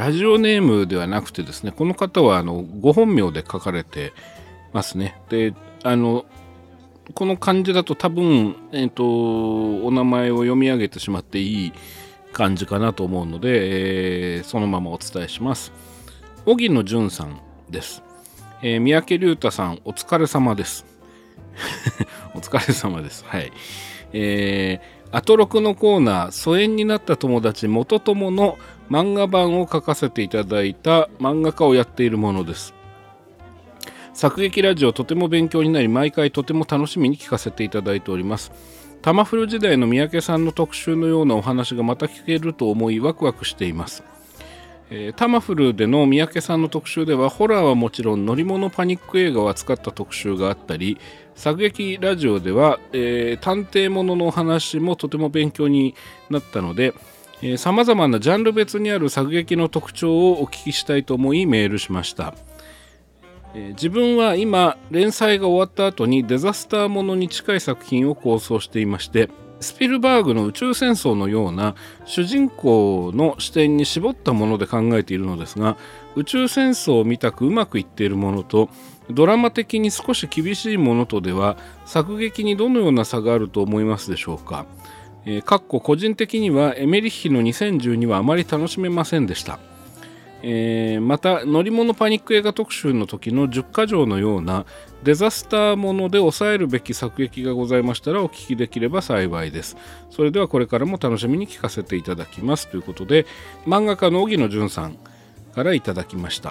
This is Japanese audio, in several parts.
ラジオネームではなくてですね、この方はご本名で書かれてますね。で、この漢字だと多分、お名前を読み上げてしまっていい感じかなと思うので、そのままお伝えします。荻野純さんです。三宅龍太さん、お疲れ様です。お疲れ様です。はい。アトロクのコーナー、疎遠になった友達元友の漫画版を書かせていただいた漫画家をやっているものです。作劇ラジオとても勉強になり、毎回とても楽しみに聞かせていただいております。タマフル時代の三宅さんの特集のようなお話がまた聞けると思いワクワクしています。タマフルでの三宅さんの特集ではホラーはもちろん乗り物パニック映画を扱った特集があったり、作劇ラジオでは、探偵もののお話もとても勉強になったので、さまざまなジャンル別にある作劇の特徴をお聞きしたいと思いメールしました。自分は今連載が終わった後にデザスターものに近い作品を構想していまして、スピルバーグの宇宙戦争のような主人公の視点に絞ったもので考えているのですが、宇宙戦争を見たくうまくいっているものとドラマ的に少し厳しいものとでは作劇にどのような差があると思いますでしょうか。個人的にはエメリッヒの2012はあまり楽しめませんでした。また乗り物パニック映画特集の時の10か条のようなデザスターもので抑えるべき作劇がございましたらお聞きできれば幸いです。それではこれからも楽しみに聞かせていただきますということで、漫画家の荻野純さんからいただきました。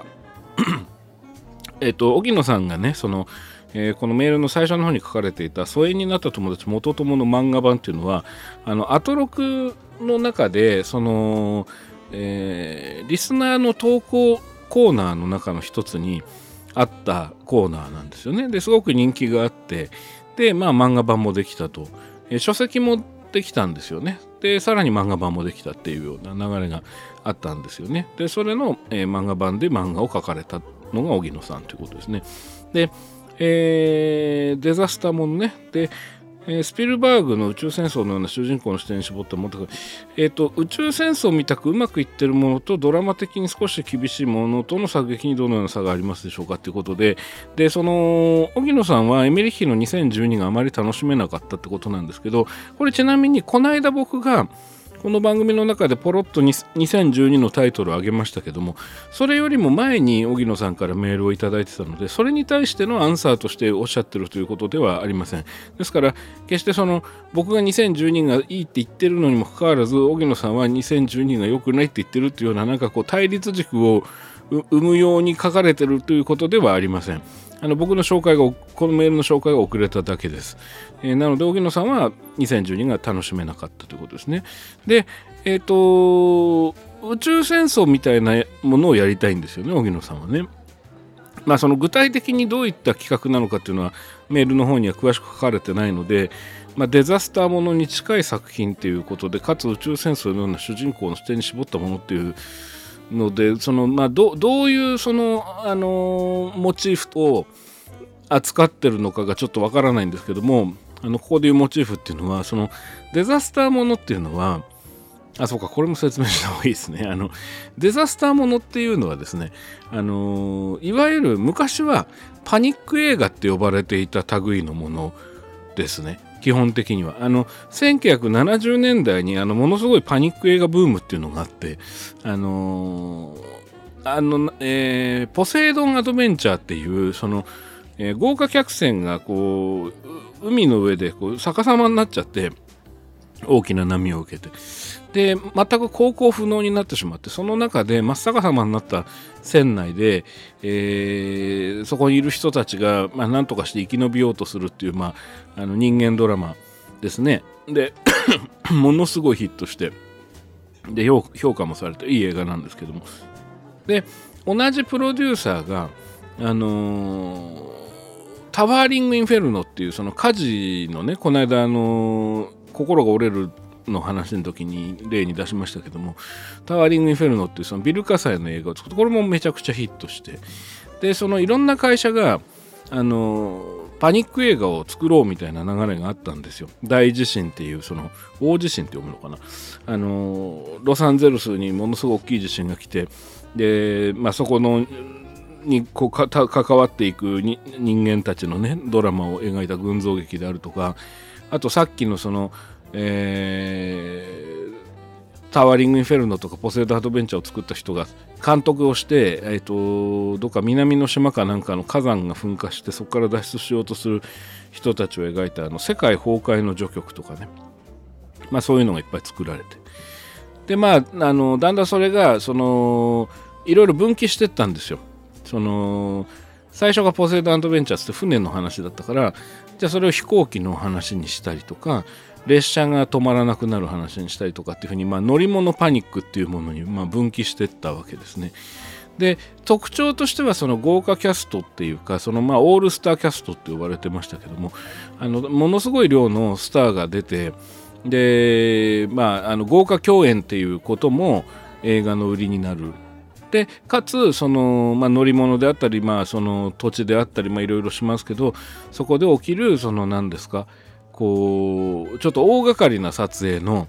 荻野さんがね、このメールの最初の方に書かれていた疎遠になった友達元友の漫画版っていうのはアトロクの中でリスナーの投稿コーナーの中の一つにあったコーナーなんですよね。ですごく人気があって、で漫画版もできたと、書籍もできたんですよね。でさらに漫画版もできたっていうような流れがあったんですよね。でそれの、漫画版で漫画を描かれたのが荻野さんということですね。で、デザスターものね。でスピルバーグの宇宙戦争のような主人公の視点に絞ったものとか、宇宙戦争みたくうまくいってるものとドラマ的に少し厳しいものとの作劇にどのような差がありますでしょうかということで、荻野さんはエメリッヒの2012があまり楽しめなかったってことなんですけど、これちなみにこの間僕がこの番組の中でポロッと2012のタイトルを挙げましたけども、それよりも前に荻野さんからメールをいただいてたので、それに対してのアンサーとしておっしゃってるということではありません。ですから決して僕が2012がいいって言ってるのにもかかわらず、荻野さんは2012が良くないって言ってるっていうような対立軸を生むように書かれてるということではありません。僕の紹介がこのメールの紹介が遅れただけです。なので荻野さんは2012が楽しめなかったということですね。で、宇宙戦争みたいなものをやりたいんですよね、荻野さんはね。具体的にどういった企画なのかっていうのはメールの方には詳しく書かれてないので、デザスターものに近い作品ということで、かつ宇宙戦争のような主人公の視点に絞ったものっていうので、どういうモチーフを扱ってるのかがちょっとわからないんですけども、ここでいうモチーフっていうのはデザスターものっていうのは、そうか、これも説明した方がいいですね。デザスターものっていうのはですね、いわゆる昔はパニック映画って呼ばれていた類のものですね。基本的には1970年代にものすごいパニック映画ブームっていうのがあって、ポセイドンアドベンチャーっていう豪華客船が海の上で逆さまになっちゃって、大きな波を受けて、で全く航行不能になってしまって、その中で真っ逆さまになった船内で、そこにいる人たちが何とかして生き延びようとするっていう、人間ドラマですね。でものすごいヒットして、で評価もされていい映画なんですけども、で同じプロデューサーがタワーリングインフェルノっていう火事のね、この間心が折れるの話の時に例に出しましたけども、タワーリングインフェルノっていうビル火災の映画を作って、これもめちゃくちゃヒットして、でいろんな会社がパニック映画を作ろうみたいな流れがあったんですよ。大地震っていうその大地震って読むのかな、ロサンゼルスにものすごい大きい地震が来て、で、そこのにこう関わっていく人間たちのねドラマを描いた群像劇であるとか、あとさっきのその、タワーリングインフェルノとかポセイドアドベンチャーを作った人が監督をして、どっか南の島かなんかの火山が噴火してそこから脱出しようとする人たちを描いた世界崩壊の序曲とかね、そういうのがいっぱい作られて、でだんだんそれがそのいろいろ分岐していったんですよ。その最初がポセイドアドベンチャーって船の話だったから、じゃあそれを飛行機の話にしたりとか、列車が止まらなくなる話にしたりとかっていうふうに、乗り物パニックっていうものに分岐していったわけですね。で、特徴としてはその豪華キャストっていうか、そのオールスターキャストって呼ばれてましたけども、ものすごい量のスターが出て、で、豪華共演っていうことも映画の売りになる。でかつその、乗り物であったり、その土地であったり、いろいろしますけど、そこで起きるその何ですか、こうちょっと大掛かりな撮影の、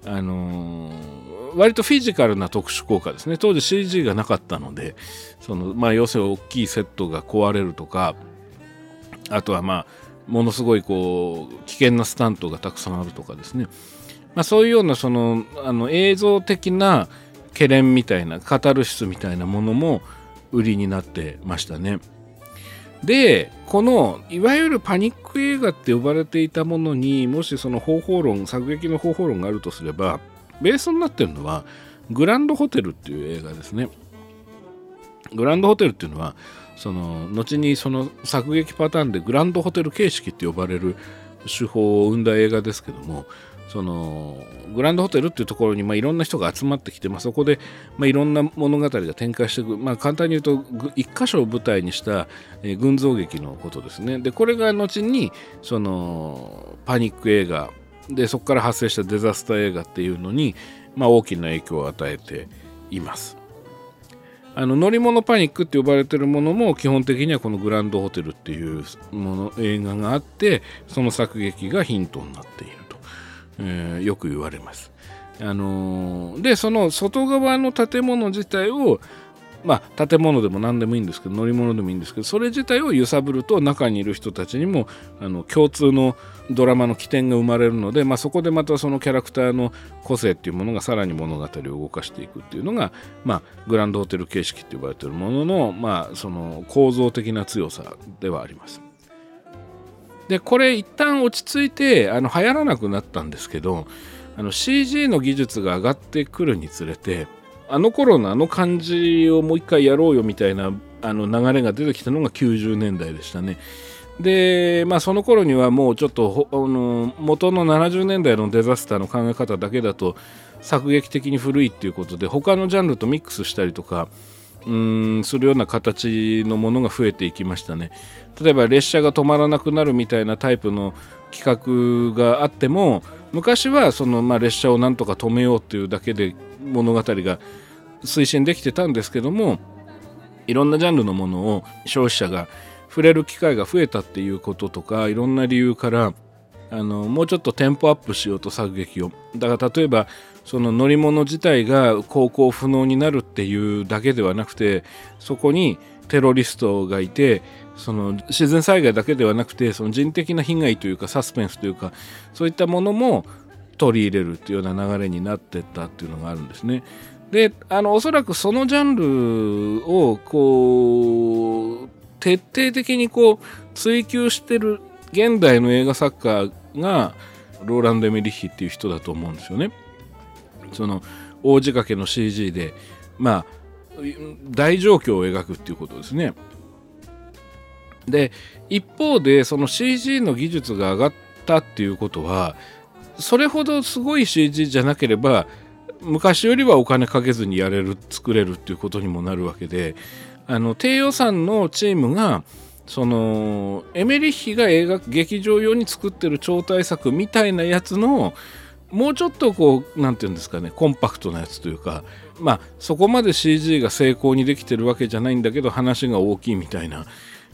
割とフィジカルな特殊効果ですね。当時 CG がなかったので、その要するに大きいセットが壊れるとか、あとはものすごいこう危険なスタントがたくさんあるとかですね、そういうようなその映像的なケレンみたいなカタルシスみたいなものも売りになってましたね。で、このいわゆるパニック映画って呼ばれていたものにもしその方法論、作劇の方法論があるとすれば、ベースになってるのはグランドホテルっていう映画ですね。グランドホテルっていうのはその後にその作劇パターンでグランドホテル形式って呼ばれる手法を生んだ映画ですけども、そのグランドホテルっていうところにいろんな人が集まってきて、そこでいろんな物語が展開していく、簡単に言うと一箇所を舞台にした、群像劇のことですね。でこれが後にそのパニック映画で、そこから発生したデザスター映画っていうのに、大きな影響を与えています。乗り物パニックって呼ばれているものも基本的にはこのグランドホテルっていう映画があって、その作劇がヒントになっていると、よく言われます。でその外側の建物自体を、建物でも何でもいいんですけど、乗り物でもいいんですけど、それ自体を揺さぶると中にいる人たちにも共通のドラマの起点が生まれるので、そこでまたそのキャラクターの個性っていうものがさらに物語を動かしていくっていうのが、グランドホテル形式って呼ばれているものの、その構造的な強さではあります。でこれ一旦落ち着いて流行らなくなったんですけど、CG の技術が上がってくるにつれて、頃の感じをもう一回やろうよみたいな流れが出てきたのが90年代でしたね。でその頃にはもうちょっと元の70年代のデザスターの考え方だけだと作劇的に古いっていうことで、他のジャンルとミックスしたりとかするような形のものが増えていきましたね。例えば列車が止まらなくなるみたいなタイプの企画があっても、昔はその列車をなんとか止めようっていうだけで物語が推進できてたんですけども、いろんなジャンルのものを消費者が触れる機会が増えたっていうこととか、いろんな理由からもうちょっとテンポアップしようと作劇を。だから例えばその乗り物自体が航行不能になるっていうだけではなくて、そこにテロリストがいて、その自然災害だけではなくてその人的な被害というかサスペンスというか、そういったものも取り入れるっていうような流れになってったっていうのがあるんですね。でおそらくそのジャンルをこう徹底的にこう追求してる現代の映画作家がローランド・エメリッヒっていう人だと思うんですよね。その大仕掛けの CG で大状況を描くっていうことですね。で一方でその CG の技術が上がったっていうことは、それほどすごい CG じゃなければ昔よりはお金かけずに作れるっていうことにもなるわけで、低予算のチームがそのエメリッヒが劇場用に作ってる超大作みたいなやつのもうちょっとこうなんていうんですかね、コンパクトなやつというか、そこまで CG が成功にできてるわけじゃないんだけど話が大きいみたいな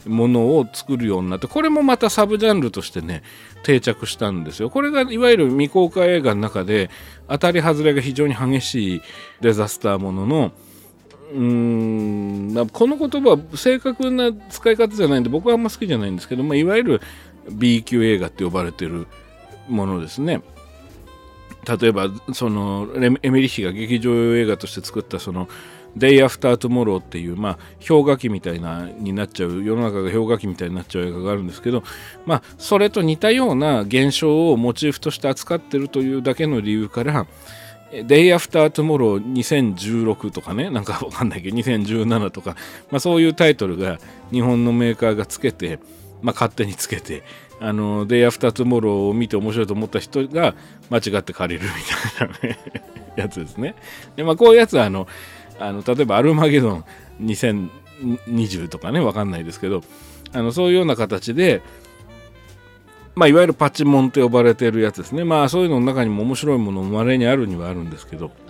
ものを作るようになって、これもまたサブジャンルとしてね定着したんですよ。これがいわゆる未公開映画の中で当たり外れが非常に激しいデザスターもののこの言葉は正確な使い方じゃないんで僕はあんま好きじゃないんですけど、いわゆる B 級映画って呼ばれてるものですね。例えばそのエメリッヒが劇場映画として作ったそのDay After Tomorrowっていう氷河期みたいなになっちゃう、世の中が氷河期みたいになっちゃう映画があるんですけど、それと似たような現象をモチーフとして扱ってるというだけの理由からDay After Tomorrow 2016とかね、なんかわかんないけど2017とか、そういうタイトルが日本のメーカーがつけて、勝手につけてDay After Tomorrowを見て面白いと思った人が間違って借りるみたいな、ね、やつですね。で、こういうやつは例えばアルマゲドン2020とかね、わかんないですけどそういうような形でいわゆるパチモンと呼ばれているやつですね。そういうのの中にも面白いものも稀にあるにはあるんですけど、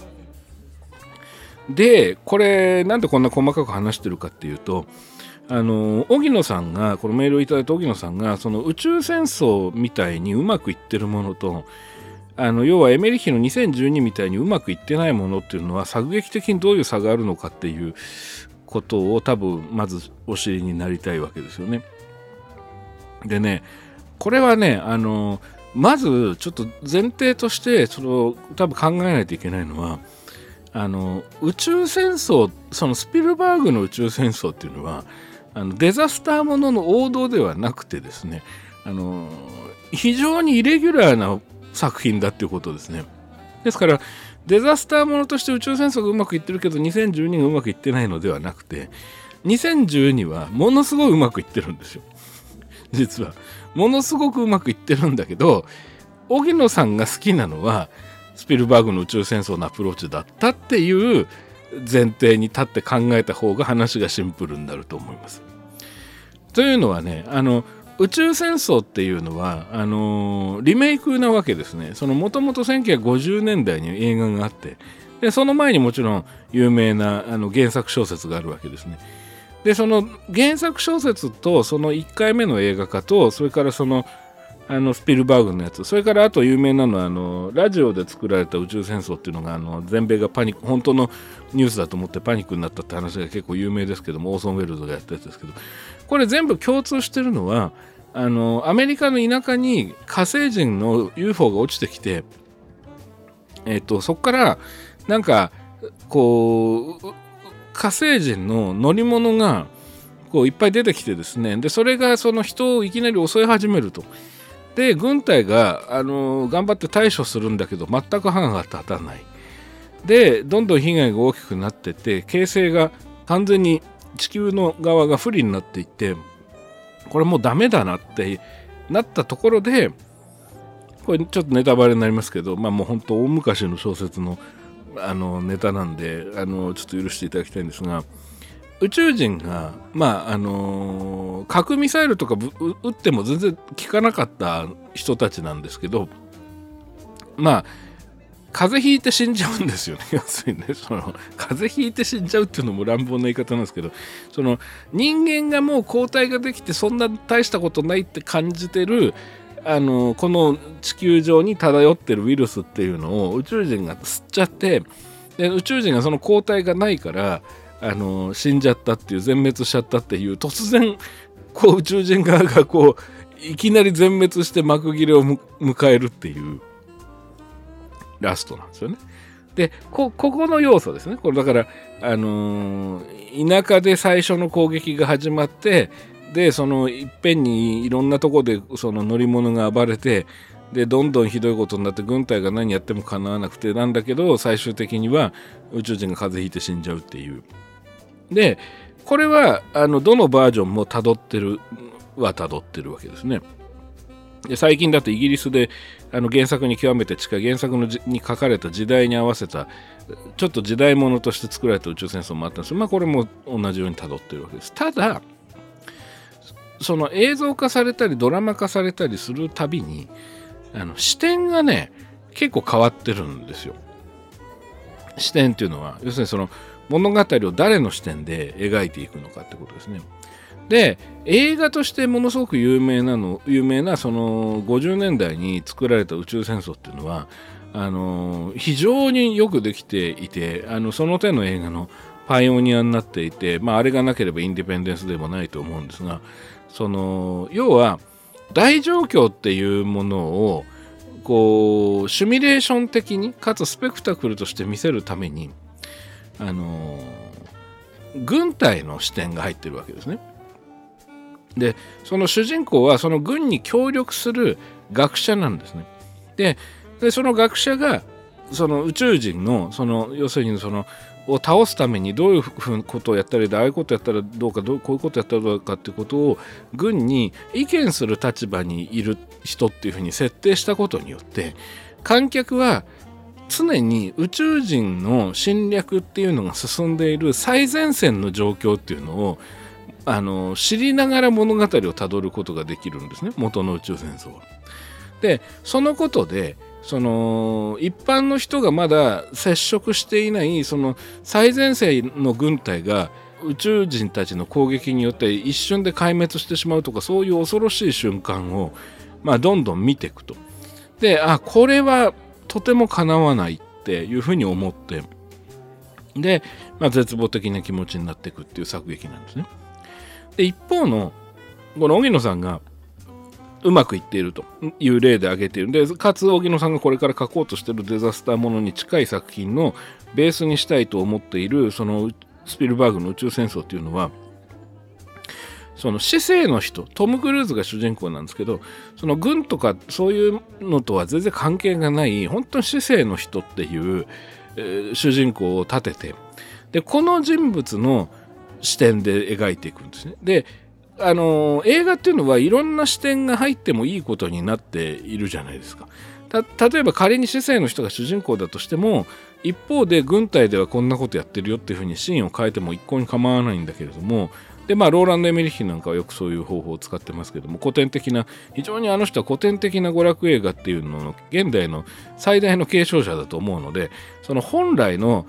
でこれなんでこんな細かく話してるかっていうと、荻野さんがこのメールをいただいた荻野さんがその宇宙戦争みたいにうまくいってるものと要はエメリッヒの2012みたいにうまくいってないものっていうのは作劇的にどういう差があるのかっていうことを多分まずお知りになりたいわけですよね。でね、これはねまずちょっと前提として多分考えないといけないのは宇宙戦争、そのスピルバーグの宇宙戦争っていうのはデザスターものの王道ではなくてですね非常にイレギュラーな作品だっていうことですね。ですからデザスターものとして宇宙戦争がうまくいってるけど2012がうまくいってないのではなくて、2012はものすごいうまくいってるんですよ。実はものすごくうまくいってるんだけど、荻野さんが好きなのはスピルバーグの宇宙戦争のアプローチだったっていう前提に立って考えた方が話がシンプルになると思います。というのはね宇宙戦争っていうのはリメイクなわけですね。もともと1950年代に映画があって、でその前にもちろん有名な原作小説があるわけですね。でその原作小説とその1回目の映画化と、それからスピルバーグのやつ、それからあと有名なのはラジオで作られた宇宙戦争っていうのが全米がパニック、本当のニュースだと思ってパニックになったって話が結構有名ですけども、オーソン・ウェルズがやったやつですけど、これ全部共通してるのはアメリカの田舎に火星人の UFO が落ちてきて、そこからなんかこう火星人の乗り物がこういっぱい出てきてですね、でそれがその人をいきなり襲い始めると。で軍隊が頑張って対処するんだけど全く歯が立たない。でどんどん被害が大きくなってって形勢が完全に地球の側が不利になっていって、これもうダメだなってなったところで、これちょっとネタバレになりますけど、もう本当大昔の小説のネタなんでちょっと許していただきたいんですが、宇宙人が核ミサイルとか撃っても全然効かなかった人たちなんですけど、風邪ひいて死んじゃうんですよね。要するにね、風邪ひいて死んじゃうっていうのも乱暴な言い方なんですけど、人間がもう抗体ができてそんな大したことないって感じてるこの地球上に漂ってるウイルスっていうのを宇宙人が吸っちゃって、で宇宙人がその抗体がないから死んじゃったっていう、全滅しちゃったっていう、突然こう宇宙人側がこういきなり全滅して幕切れを迎えるっていうラストなんですよね。でここの要素ですね。これだから田舎で最初の攻撃が始まって、でいっぺんにいろんなとこでその乗り物が暴れて、でどんどんひどいことになって軍隊が何やってもかなわなくて、なんだけど最終的には宇宙人が風邪ひいて死んじゃうっていう。でこれはどのバージョンも辿ってるわけですね。で最近だとイギリスで原作に極めて近い、原作に書かれた時代に合わせたちょっと時代物として作られた宇宙戦争もあったんですけど、これも同じように辿ってるわけです。ただその映像化されたりドラマ化されたりするたびに視点がね結構変わってるんですよ。視点っていうのは要するにその物語を誰の視点で描いていくのかってことですね。 で映画としてものすごく有名なその50年代に作られた宇宙戦争っていうのは非常によくできていてその手の映画のパイオニアになっていて、あれがなければインディペンデンスでもないと思うんですが、要は大状況っていうものをこうシミュレーション的にかつスペクタクルとして見せるために軍隊の視点が入ってるわけですね。でその主人公はその軍に協力する学者なんですね。でその学者がその宇宙人の要するにを倒すためにどういうことをやったらいいああいうことやったらどうかこういうことやったらどうかっていうことを軍に意見する立場にいる人っていうふうに設定したことによって観客は常に宇宙人の侵略っていうのが進んでいる最前線の状況っていうのを知りながら物語をたどることができるんですね、元の宇宙戦争は。でそのことで一般の人がまだ接触していない最前線の軍隊が宇宙人たちの攻撃によって一瞬で壊滅してしまうとか、そういう恐ろしい瞬間をどんどん見ていくと。でこれはとてもかなわないっていうふうに思ってで、絶望的な気持ちになっていくっていう作劇なんですね。で一方のこの荻野さんがうまくいっているという例で挙げているんで、かつ荻野さんがこれから書こうとしているデザスターものに近い作品のベースにしたいと思っているそのスピルバーグの宇宙戦争っていうのは、その市政の人、トム・クルーズが主人公なんですけど、その軍とかそういうのとは全然関係がない本当に市政の人っていう、主人公を立てて、でこの人物の視点で描いていくんですね。で映画っていうのはいろんな視点が入ってもいいことになっているじゃないですか。例えば仮に市政の人が主人公だとしても、一方で軍隊ではこんなことやってるよっていうふうにシーンを変えても一向に構わないんだけれども、でローランド・エメリッヒなんかはよくそういう方法を使ってますけども、古典的な非常に人は古典的な娯楽映画っていうのの現代の最大の継承者だと思うので、本来の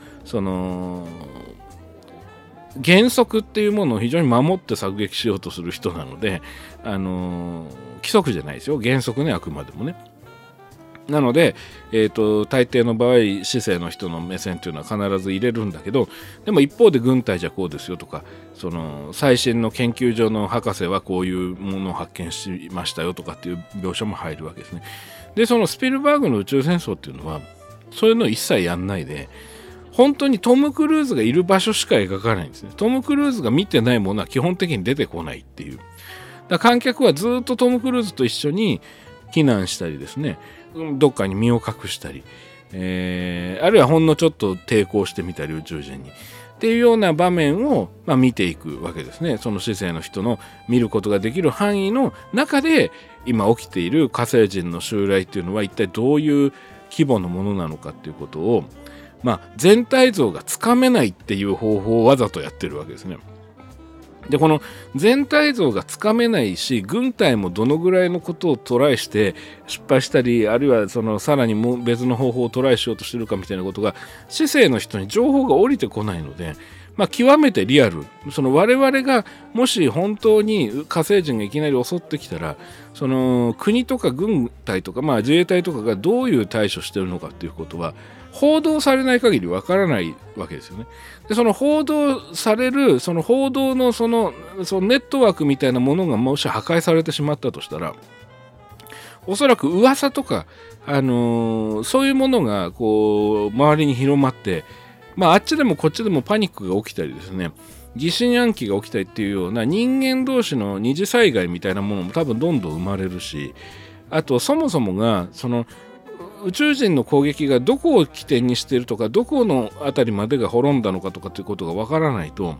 原則っていうものを非常に守って作劇しようとする人なので、規則じゃないですよ、原則ね、あくまでもね。なので、大抵の場合市政の人の目線というのは必ず入れるんだけど、でも一方で軍隊じゃこうですよとか、最新の研究所の博士はこういうものを発見しましたよとかっていう描写も入るわけですね。でスピルバーグの宇宙戦争っていうのはそういうのを一切やんないで、本当にトム・クルーズがいる場所しか描かないんですね。トム・クルーズが見てないものは基本的に出てこないっていう。観客はずっとトム・クルーズと一緒に避難したりですね、どっかに身を隠したり、あるいはほんのちょっと抵抗してみたり宇宙人にっていうような場面を、見ていくわけですね。その市政の人の見ることができる範囲の中で今起きている火星人の襲来っていうのは一体どういう規模のものなのかっていうことを全体像がつかめないっていう方法をわざとやってるわけですね。でこの全体像がつかめないし、軍隊もどのぐらいのことをトライして失敗したり、あるいはさらにもう別の方法をトライしようとしてるかみたいなことが市政の人に情報が降りてこないので、極めてリアル。我々がもし本当に火星人がいきなり襲ってきたら、国とか軍隊とか、自衛隊とかがどういう対処してるのかっていうことは報道されない限りわからないわけですよね。で報道される報道のそのネットワークみたいなものがもし破壊されてしまったとしたら、おそらく噂とか、そういうものが周りに広まって、あっちでもこっちでもパニックが起きたりですね、疑心暗鬼が起きたりっていうような人間同士の二次災害みたいなものも多分どんどん生まれるし、あとそもそもが宇宙人の攻撃がどこを起点にしているとか、どこのあたりまでが滅んだのかとかっていうことがわからないと、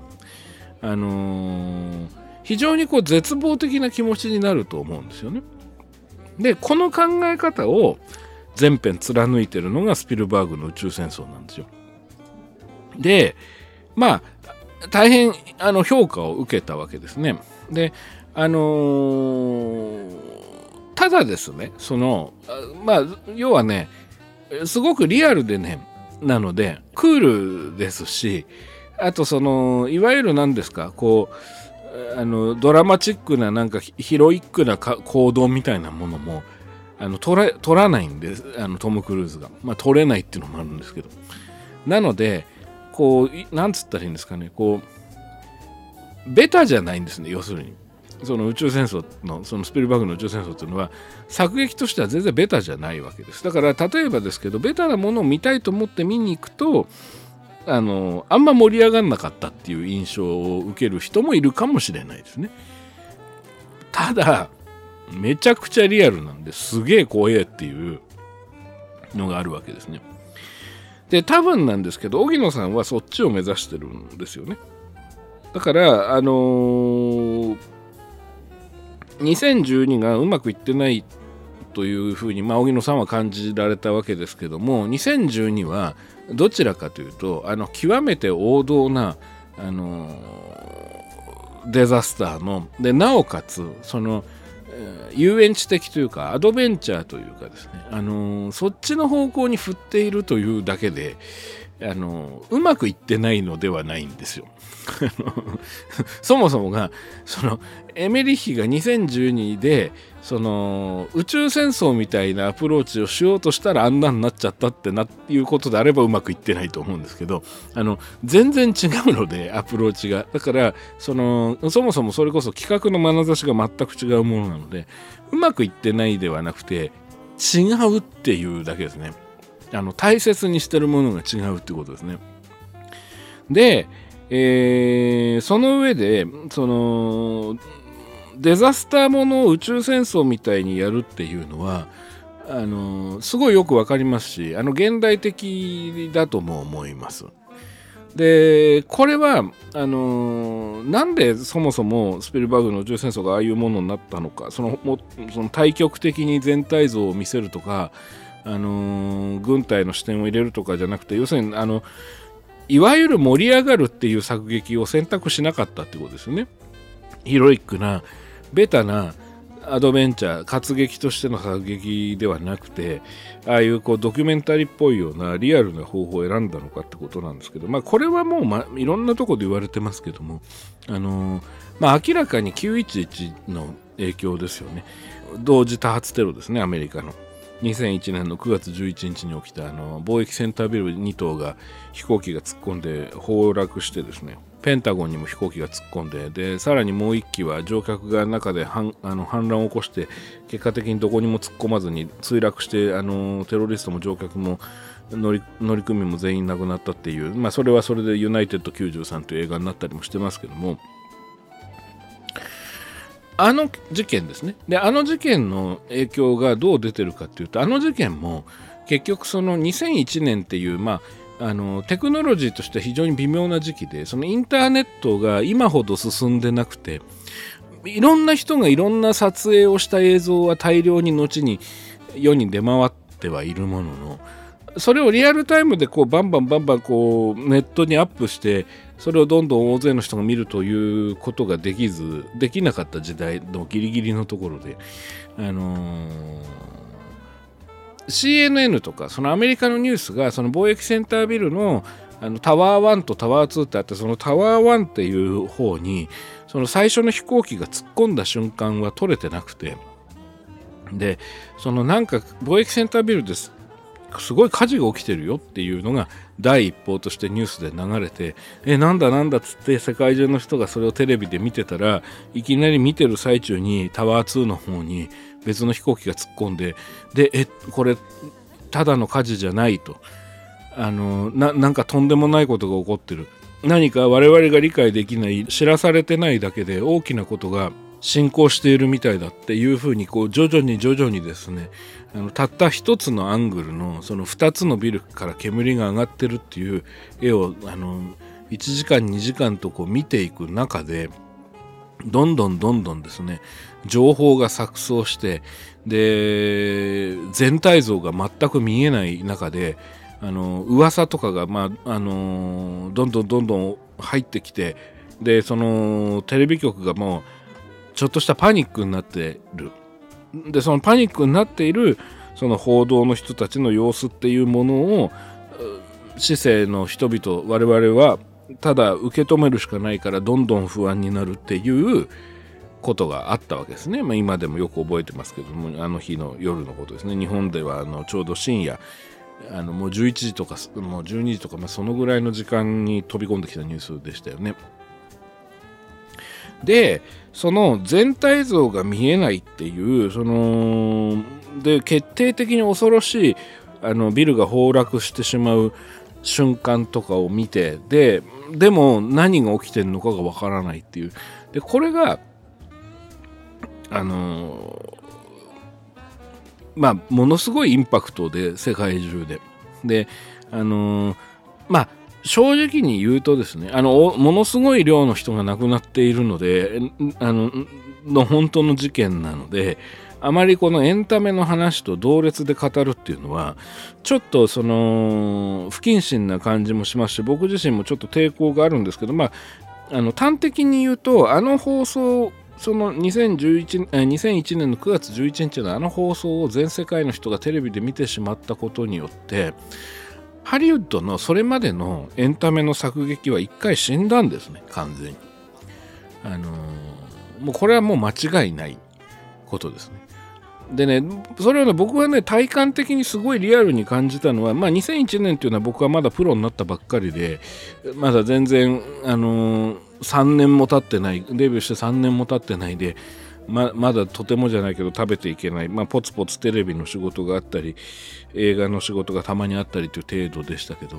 非常に絶望的な気持ちになると思うんですよね。でこの考え方を全編貫いてるのがスピルバーグの宇宙戦争なんですよ。で大変評価を受けたわけですね。でただですね、要はね、すごくリアルでね、なのでクールですし、あといわゆる何ですか、 ドラマチックななんかヒロイックな行動みたいなものも取らないんです、トム・クルーズが。まあ取れないっていうのもあるんですけど、なのでこうなんつったらいいんですかね、こうベタじゃないんですね。要するにその宇宙戦争のそのスピルバーグの宇宙戦争っていうのは作劇としては全然ベタじゃないわけです。だから例えばですけど、ベタなものを見たいと思って見に行くとあんま盛り上がんなかったっていう印象を受ける人もいるかもしれないですね。ただめちゃくちゃリアルなんですげえ怖えっていうのがあるわけですね。で多分なんですけど、荻野さんはそっちを目指してるんですよね。だから2012がうまくいってないというふうに、荻野さんは感じられたわけですけども、2012はどちらかというと極めて王道なデザスターので、なおかつその遊園地的というかアドベンチャーというかですね、そっちの方向に振っているというだけでうまくいってないのではないんですよ。そもそもがそのエメリッヒが2012でその宇宙戦争みたいなアプローチをしようとしたらあんなになっちゃったっていうことであればうまくいってないと思うんですけど、全然違うのでアプローチが。だからそもそもそれこそ企画の眼差しが全く違うものなので、うまくいってないではなくて違うっていうだけですね。大切にしてるものが違うってことですね。で、その上でそのデザスターものを宇宙戦争みたいにやるっていうのはすごいよくわかりますし、現代的だとも思います。でこれはなんでそもそもスピルバーグの宇宙戦争がああいうものになったのか、その対極的に全体像を見せるとか軍隊の視点を入れるとかじゃなくて、要するにいわゆる盛り上がるっていう作劇を選択しなかったってことですよね。ヒロイックなベタなアドベンチャー活劇としての作劇ではなくて、ああいうドキュメンタリーっぽいようなリアルな方法を選んだのかってことなんですけど、これはもう、いろんなところで言われてますけども、明らかに911の影響ですよね。同時多発テロですね、アメリカの。2001年の9月11日に起きた貿易センタービル2棟が飛行機が突っ込んで崩落してですね、ペンタゴンにも飛行機が突っ込んで、さらにもう1機は乗客が中で反乱を起こして結果的にどこにも突っ込まずに墜落して、テロリストも乗客も乗組も全員亡くなったっていう、それはそれでユナイテッド93という映画になったりもしてますけども、事件ですね。で事件の影響がどう出てるかっていうと、事件も結局その2001年っていうテクノロジーとして非常に微妙な時期で、そのインターネットが今ほど進んでなくて、いろんな人がいろんな撮影をした映像は大量に後に世に出回ってはいるものの、それをリアルタイムでバンバンネットにアップしてそれをどんどん大勢の人が見るということができなかった時代のギリギリのところで、CNN とかそのアメリカのニュースがその貿易センタービルのタワー1とタワー2ってあって、そのタワー1っていう方にその最初の飛行機が突っ込んだ瞬間は撮れてなくて、でそのなんか貿易センタービルですごい火事が起きてるよっていうのが第一報としてニュースで流れて、なんだっつって世界中の人がそれをテレビで見てたら、いきなり見てる最中にタワー2の方に別の飛行機が突っ込んで、これただの火事じゃないと、なんかとんでもないことが起こってる、何か我々が理解できない知らされてないだけで大きなことが進行しているみたいだっていうふうに徐々にですね、たった一つのアングルのその2つのビルから煙が上がってるっていう絵を1時間2時間と見ていく中で、どんどんですね情報が錯綜して、で全体像が全く見えない中で噂とかがどんどん入ってきて、でそのテレビ局がもうちょっとしたパニックになってる。でそのパニックになっているその報道の人たちの様子っていうものを市政の人々我々はただ受け止めるしかないからどんどん不安になるっていうことがあったわけですね。今でもよく覚えてますけども、あの日の夜のことですね。日本ではちょうど深夜もう11時とかもう12時とか、そのぐらいの時間に飛び込んできたニュースでしたよね。でその全体像が見えないっていうで決定的に恐ろしいビルが崩落してしまう瞬間とかを見てでも何が起きてるのかがわからないっていうでこれがものすごいインパクトで世界中で正直に言うとですねものすごい量の人が亡くなっているので本当の事件なのであまりこのエンタメの話と同列で語るっていうのはちょっと不謹慎な感じもしますし僕自身もちょっと抵抗があるんですけど端的に言うと放送2001年の9月11日の放送を全世界の人がテレビで見てしまったことによってハリウッドのそれまでのエンタメの作劇は一回死んだんですね、完全に。もうこれはもう間違いないことですね。でね、それはね、僕はね、体感的にすごいリアルに感じたのは、2001年っていうのは僕はまだプロになったばっかりで、まだ全然、3年も経ってない、デビューして3年も経ってないで、まだとてもじゃないけど食べていけない、ポツポツテレビの仕事があったり映画の仕事がたまにあったりという程度でしたけど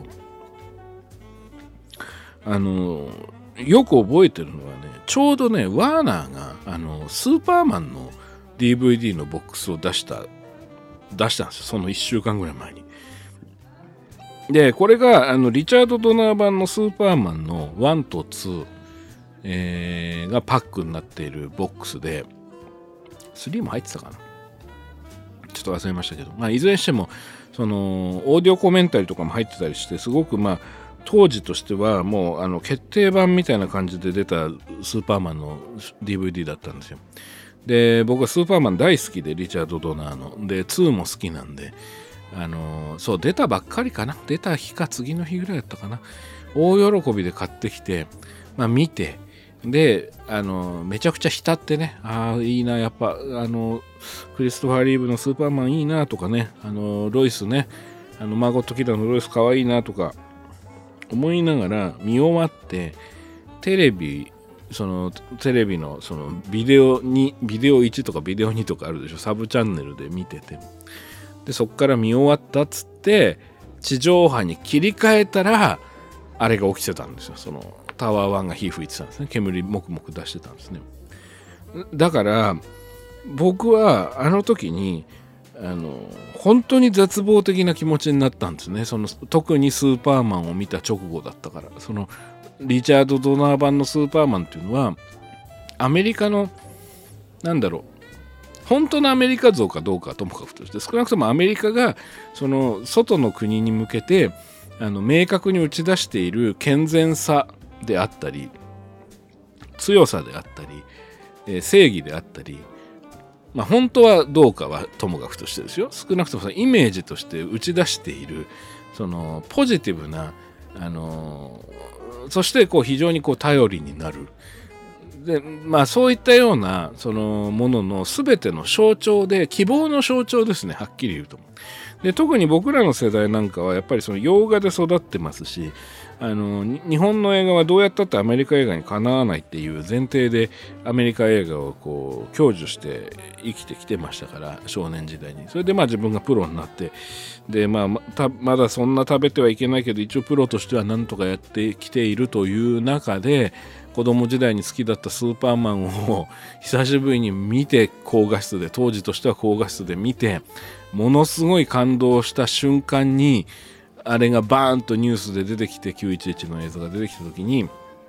よく覚えてるのはねちょうどねワーナーがスーパーマンの DVD のボックスを出したんですよその1週間ぐらい前に。でこれがリチャード・ドナー版のスーパーマンの1と2、がパックになっているボックスで3も入ってたかなちょっと忘れましたけど、いずれにしてもオーディオコメンタリーとかも入ってたりしてすごく当時としてはもう決定版みたいな感じで出たスーパーマンの DVD だったんですよ。で僕はスーパーマン大好きでリチャード・ドナーので2も好きなんでそう出たばっかりかな出た日か次の日ぐらいだったかな大喜びで買ってきて見てでめちゃくちゃ浸ってねいいなやっぱクリストファー・リーブのスーパーマンいいなとかねロイスねマーゴット・キラーのロイスかわいいなとか思いながら見終わってテレビのビデオ1とかビデオ2とかあるでしょサブチャンネルで見ててでそっから見終わったっつって地上波に切り替えたらあれが起きてたんですよタワー1が火吹いてたんですね煙もくもく出してたんですねだから僕はあの時に本当に絶望的な気持ちになったんですね特にスーパーマンを見た直後だったからリチャード・ドナー版のスーパーマンっていうのはアメリカの本当のアメリカ像かどうかはともかくとして少なくともアメリカが外の国に向けて明確に打ち出している健全さであったり強さであったり、正義であったり本当はどうかはともかくとしてですよ少なくともイメージとして打ち出しているポジティブなそして非常に頼りになるでそういったようなものの全ての象徴で希望の象徴ですねはっきり言うとで特に僕らの世代なんかはやっぱり洋画で育ってますし日本の映画はどうやったってアメリカ映画にかなわないっていう前提でアメリカ映画を享受して生きてきてましたから少年時代にそれで自分がプロになってでまだそんな食べてはいけないけど一応プロとしてはなんとかやってきているという中で子供時代に好きだったスーパーマンを久しぶりに見て高画質で当時としては高画質で見てものすごい感動した瞬間にあれがバーンとニュースで出てきて911の映像が出てきた時に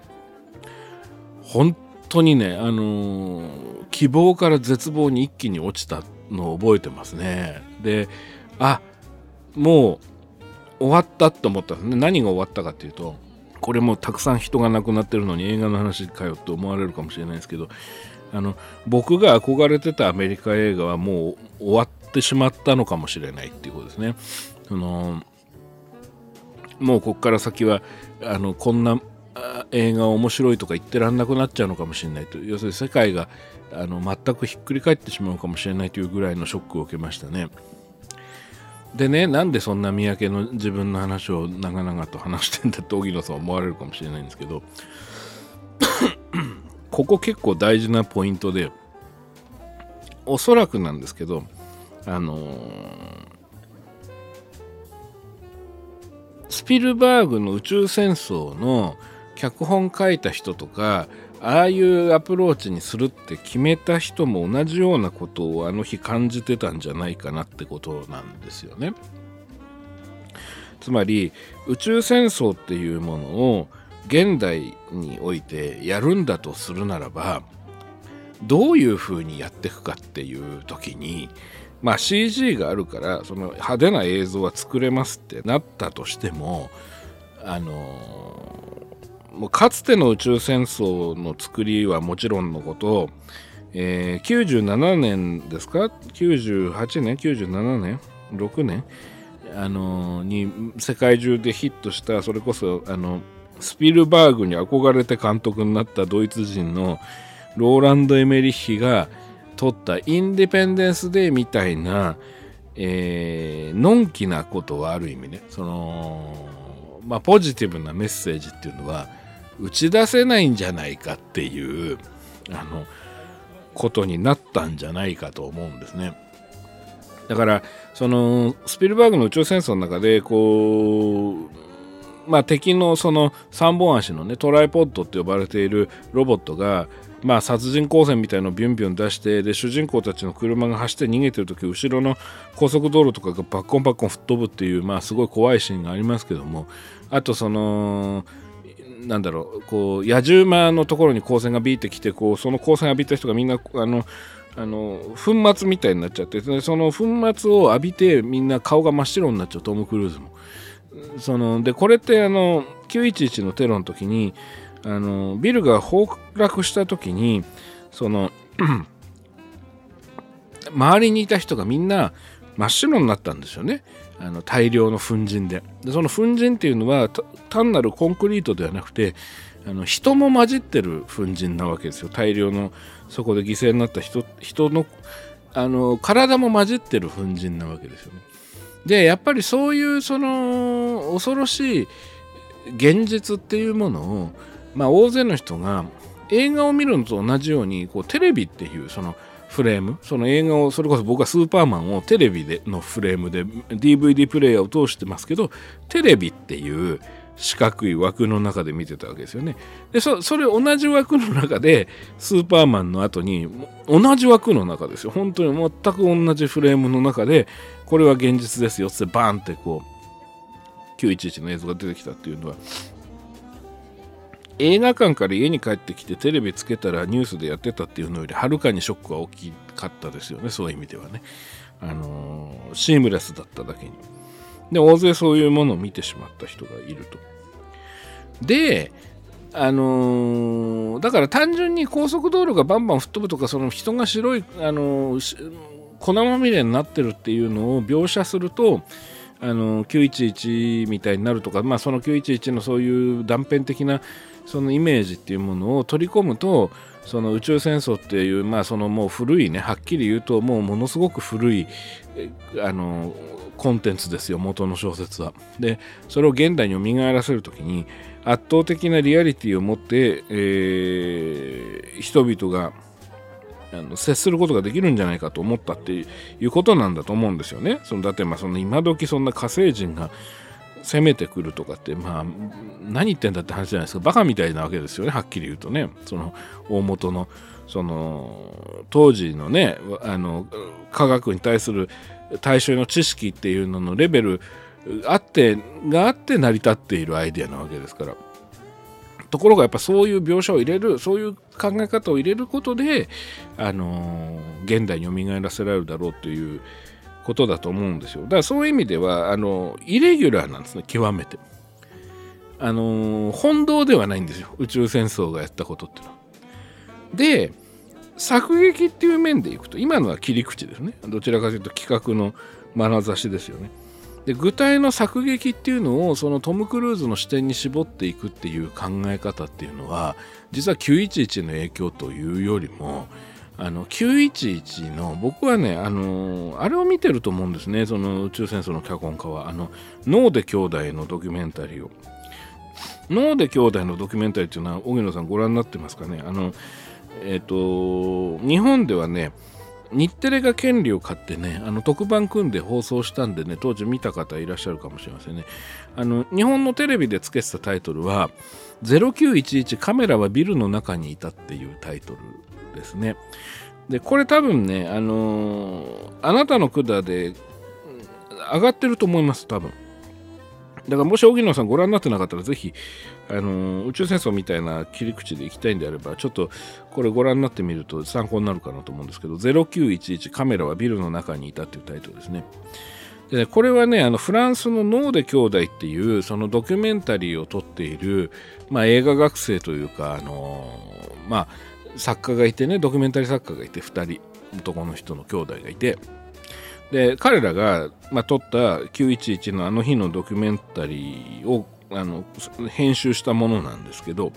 本当にね希望から絶望に一気に落ちたのを覚えてますね。でもう終わったと思ったんですね。何が終わったかっていうとこれもたくさん人が亡くなってるのに映画の話かよって思われるかもしれないですけど僕が憧れてたアメリカ映画はもう終わってしまったのかもしれないっていうことですね。もうこっから先はこんな映画面白いとか言ってらんなくなっちゃうのかもしれないと、要するに世界が全くひっくり返ってしまうかもしれないというぐらいのショックを受けましたね。でね、なんでそんな三宅の自分の話を長々と話してんだって荻野さんは思われるかもしれないんですけどここ結構大事なポイントで、おそらくなんですけどスピルバーグの宇宙戦争の脚本書いた人とか、ああいうアプローチにするって決めた人も同じようなことをあの日感じてたんじゃないかなってことなんですよね。つまり宇宙戦争っていうものを現代においてやるんだとするならば、どういうふうにやっていくかっていう時に、CG があるからその派手な映像は作れますってなったとしても、もうかつての宇宙戦争の作りはもちろんのこと、97年ですか、98年97年6年に世界中でヒットした、それこそスピルバーグに憧れて監督になったドイツ人のローランド・エメリッヒが撮ったインディペンデンス・デーみたいな、のんきなことはある意味ね、ポジティブなメッセージっていうのは打ち出せないんじゃないかっていうことになったんじゃないかと思うんですね。だからそのスピルバーグの宇宙戦争の中で敵のその3本足のねトライポッドって呼ばれているロボットが殺人光線みたいのをビュンビュン出して、で主人公たちの車が走って逃げてる時、後ろの高速道路とかがバッコンバッコン吹っ飛ぶっていう、すごい怖いシーンがありますけども、あと野じ馬のところに光線がビーってきて、その光線浴びた人がみんな粉末みたいになっちゃって、その粉末を浴びてみんな顔が真っ白になっちゃう、トム・クルーズも。でこれって911のテロの時にビルが崩落した時に周りにいた人がみんな真っ白になったんですよね。大量の粉塵で。その粉塵っていうのは単なるコンクリートではなくて人も混じってる粉塵なわけですよ。大量のそこで犠牲になった人の体も混じってる粉塵なわけですよね。でやっぱりそういう恐ろしい現実っていうものを大勢の人が映画を見るのと同じようにテレビっていうそのフレーム、その映画を、それこそ僕はスーパーマンをテレビでのフレームで DVD プレイヤーを通してますけど、テレビっていう四角い枠の中で見てたわけですよね。でそれ同じ枠の中でスーパーマンの後に同じ枠の中ですよ、本当に全く同じフレームの中でこれは現実ですよってバーンって911の映像が出てきたっていうのは、映画館から家に帰ってきてテレビつけたらニュースでやってたっていうのよりはるかにショックは大きかったですよね。そういう意味ではね、シームレスだっただけに。で大勢そういうものを見てしまった人がいると。でだから単純に高速道路がバンバン吹っ飛ぶとか、その人が白い粉まみれになってるっていうのを描写すると911みたいになるとか、その911のそういう断片的なそのイメージっていうものを取り込むと、その宇宙戦争っていうもう古いね、はっきり言うともうものすごく古いコンテンツですよ、元の小説は。でそれを現代に蘇らせるときに圧倒的なリアリティを持って、人々が接することができるんじゃないかと思ったっていうことなんだと思うんですよね。だって今時そんな火星人が攻めてくるとかって何言ってんだって話じゃないですか。バカみたいなわけですよね、はっきり言うとね。その大元の当時のね科学に対する大衆の知識っていうののレベルがあって成り立っているアイデアなわけですから。ところがやっぱそういう描写を入れる、そういう考え方を入れることで現代に蘇らせられるだろうということだと思うんですよ。だからそういう意味ではイレギュラーなんですね、極めて。本当ではないんですよ、宇宙戦争がやったことっていうのは。で作劇っていう面でいくと、今のは切り口ですね。どちらかというと企画の眼差しですよね。 で具体の作劇っていうのをそのトム・クルーズの視点に絞っていくっていう考え方っていうのは実は911の影響というよりも911の僕はねあれを見てると思うんですね。その宇宙戦争の脚本家はノーデ兄弟のドキュメンタリーをノーデ兄弟のドキュメンタリーっていうのは荻野さんご覧になってますかね。日本ではね日テレが権利を買ってね特番組んで放送したんでね当時見た方いらっしゃるかもしれませんね。日本のテレビでつけてたタイトルは0911カメラはビルの中にいたっていうタイトルですね。でこれ多分ねあなたの管で上がってると思います多分。だからもし荻野さんご覧になってなかったらぜひ宇宙戦争みたいな切り口でいきたいんであればちょっとこれご覧になってみると参考になるかなと思うんですけど0911カメラはビルの中にいたっていうタイトルですね。でねこれはねフランスのノーデ兄弟っていうそのドキュメンタリーを撮っている、映画学生というか作家がいてねドキュメンタリー作家がいて2人男の人の兄弟がいてで彼らが、撮った911のあの日のドキュメンタリーを編集したものなんですけど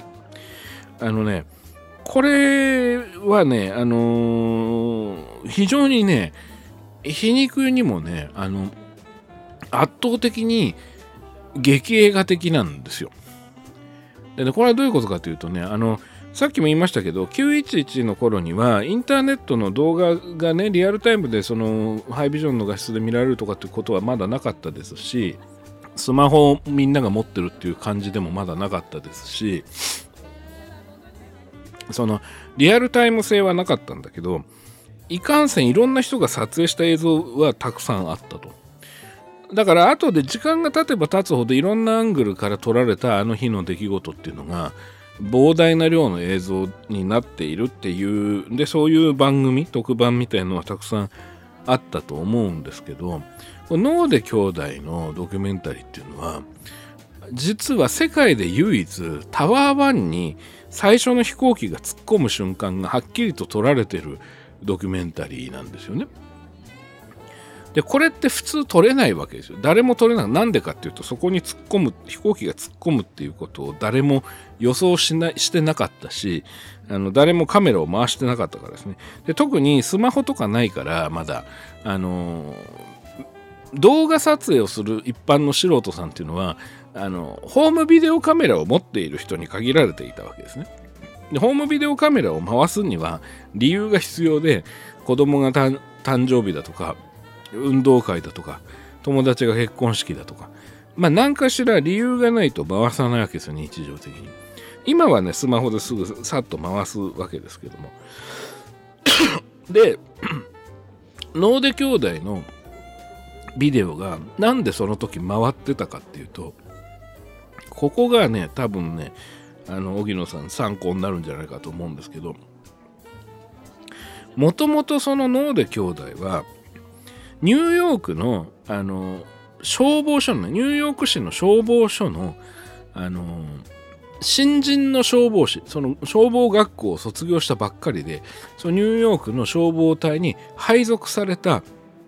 これはね非常にね皮肉にもね圧倒的に劇映画的なんですよ。でねこれはどういうことかというとねさっきも言いましたけど911の頃にはインターネットの動画がねリアルタイムでそのハイビジョンの画質で見られるとかってことはまだなかったですしスマホをみんなが持ってるっていう感じでもまだなかったですしそのリアルタイム性はなかったんだけどいかんせんいろんな人が撮影した映像はたくさんあったと。だから後で時間が経てば経つほどいろんなアングルから撮られたあの日の出来事っていうのが膨大な量の映像になっているっていうでそういう番組特番みたいなのはたくさんあったと思うんですけどノーデ兄弟のドキュメンタリーっていうのは実は世界で唯一タワー1に最初の飛行機が突っ込む瞬間がはっきりと撮られてるドキュメンタリーなんですよね。でこれって普通撮れないわけですよ。誰も撮れない。なんでかっていうとそこに突っ込む飛行機が突っ込むっていうことを誰も予想してなかったし誰もカメラを回してなかったからですね。で特にスマホとかないからまだ動画撮影をする一般の素人さんっていうのはホームビデオカメラを持っている人に限られていたわけですね。でホームビデオカメラを回すには理由が必要で子供が誕生日だとか運動会だとか友達が結婚式だとか何かしら理由がないと回さないわけですよ日常的に。今はねスマホですぐさっと回すわけですけどもでノーデ兄弟のビデオがなんでその時回ってたかっていうとここがね多分ね荻野さん参考になるんじゃないかと思うんですけどもともとそのノーデ兄弟はニューヨークの消防署のニューヨーク市の消防署の新人の消防士その消防学校を卒業したばっかりでそのニューヨークの消防隊に配属された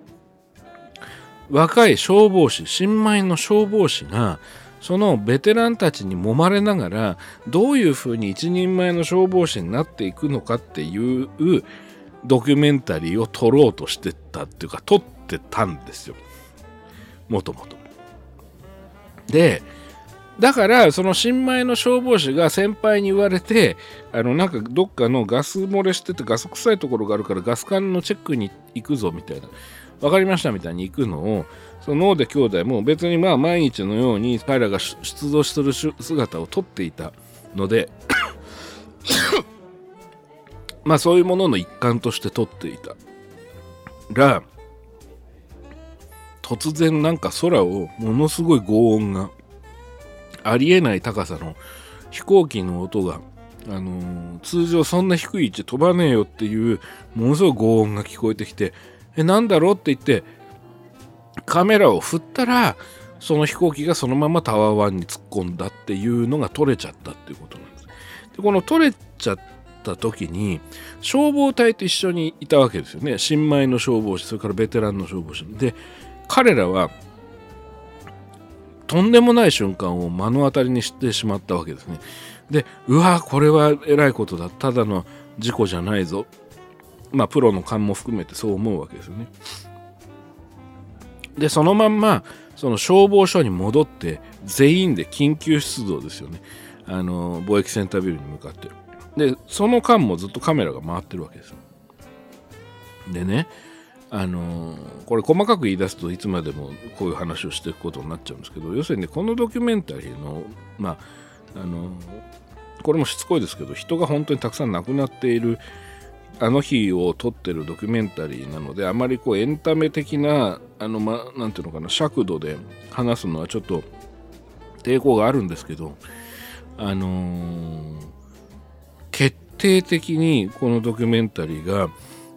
若い消防士新米の消防士がそのベテランたちに揉まれながらどういうふうに一人前の消防士になっていくのかっていうドキュメンタリーを撮ろうとしてたっていうか撮ってたんですよもともと。でだからその新米の消防士が先輩に言われてなんかどっかのガス漏れしててガス臭いところがあるからガス管のチェックに行くぞみたいな分かりましたみたいに行くのをそのノーデ兄弟も別に毎日のように彼らが出動する姿を撮っていたのでそういうものの一環として撮っていたら突然なんか空をものすごい轟音がありえない高さの飛行機の音が、通常そんな低い位置飛ばねえよっていうものすごい轟音が聞こえてきてなんだろうって言ってカメラを振ったらその飛行機がそのままタワー1に突っ込んだっていうのが撮れちゃったっていうことなんです。でこの撮れちゃった時に消防隊と一緒にいたわけですよね。新米の消防士それからベテランの消防士で彼らはとんでもない瞬間を目の当たりにしてしまったわけですね。で、うわこれはえらいことだ、ただの事故じゃないぞ、プロの勘も含めてそう思うわけですよね。でそのまんまその消防署に戻って全員で緊急出動ですよね、貿易センタービルに向かって。でその間もずっとカメラが回ってるわけですよ。でね、これ細かく言い出すといつまでもこういう話をしていくことになっちゃうんですけど、要するにこのドキュメンタリーのこれもしつこいですけど、人が本当にたくさん亡くなっているあの日を撮ってるドキュメンタリーなので、あまりこうエンタメ的ななんていうのかな、尺度で話すのはちょっと抵抗があるんですけど、決定的にこのドキュメンタリーが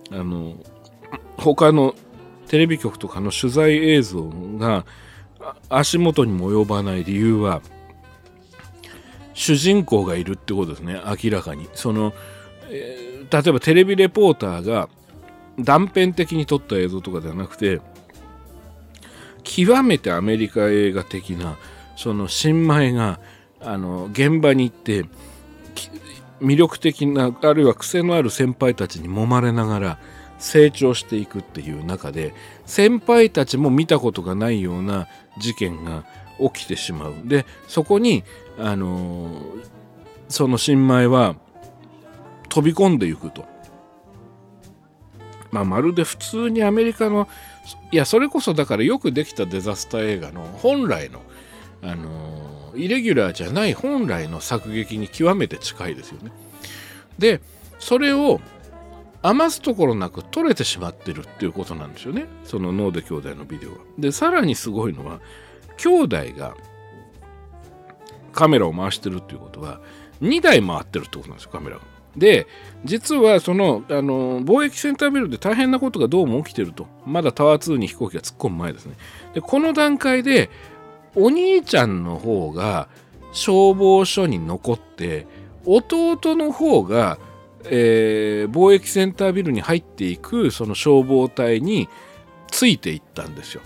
他のテレビ局とかの取材映像が足元にも及ばない理由は、主人公がいるってことですね。明らかに例えばテレビレポーターが断片的に撮った映像とかではなくて、極めてアメリカ映画的なその新米が現場に行って魅力的な、あるいは癖のある先輩たちに揉まれながら成長していくっていう中で、先輩たちも見たことがないような事件が起きてしまう。でそこにその新米は飛び込んでいくと、まるで普通にアメリカの、いやそれこそだからよくできたデザスター映画の本来のイレギュラーじゃない本来の作劇に極めて近いですよね。でそれを余すところなく撮れてしまってるっていうことなんですよね、そのノーデ兄弟のビデオは。でさらにすごいのは、兄弟がカメラを回してるっていうことは2台回ってるってことなんですよ、カメラが。で実はその貿易センタービルで大変なことがどうも起きてると、まだタワー2に飛行機が突っ込む前ですね。でこの段階でお兄ちゃんの方が消防署に残って、弟の方が、貿易センタービルに入っていくその消防隊についていったんですよ。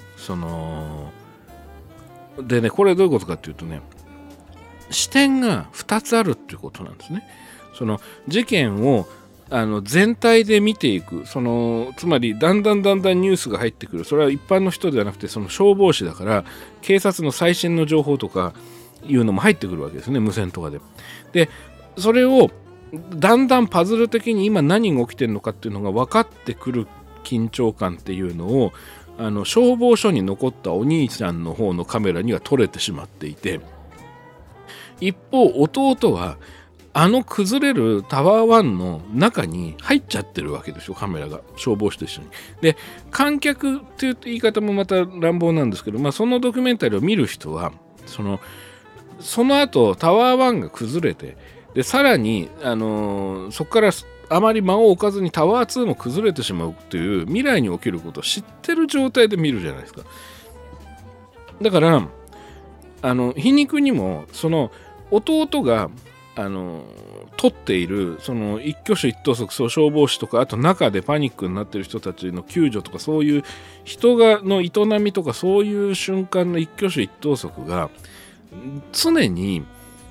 でね、これどういうことかっていうとね、視点が2つあるっていうことなんですね。その事件を全体で見ていく、つまりだんだんニュースが入ってくる。それは一般の人ではなくてその消防士だから、警察の最新の情報とかいうのも入ってくるわけですね、無線とかで。でそれをだんだんパズル的に今何が起きてるのかっていうのが分かってくる緊張感っていうのを消防署に残ったお兄ちゃんの方のカメラには撮れてしまっていて、一方弟は崩れるタワー1の中に入っちゃってるわけですよ、カメラが消防士と一緒に。で観客っていう言い方もまた乱暴なんですけど、そのドキュメンタリーを見る人はその後タワー1が崩れて、でさらに、そこからあまり間を置かずにタワー2も崩れてしまうという未来に起きることを知ってる状態で見るじゃないですか。だから皮肉にもその弟が撮っているその一挙手一投足、消防士とか、あと中でパニックになっている人たちの救助とか、そういう人の営みとか、そういう瞬間の一挙手一投足が常に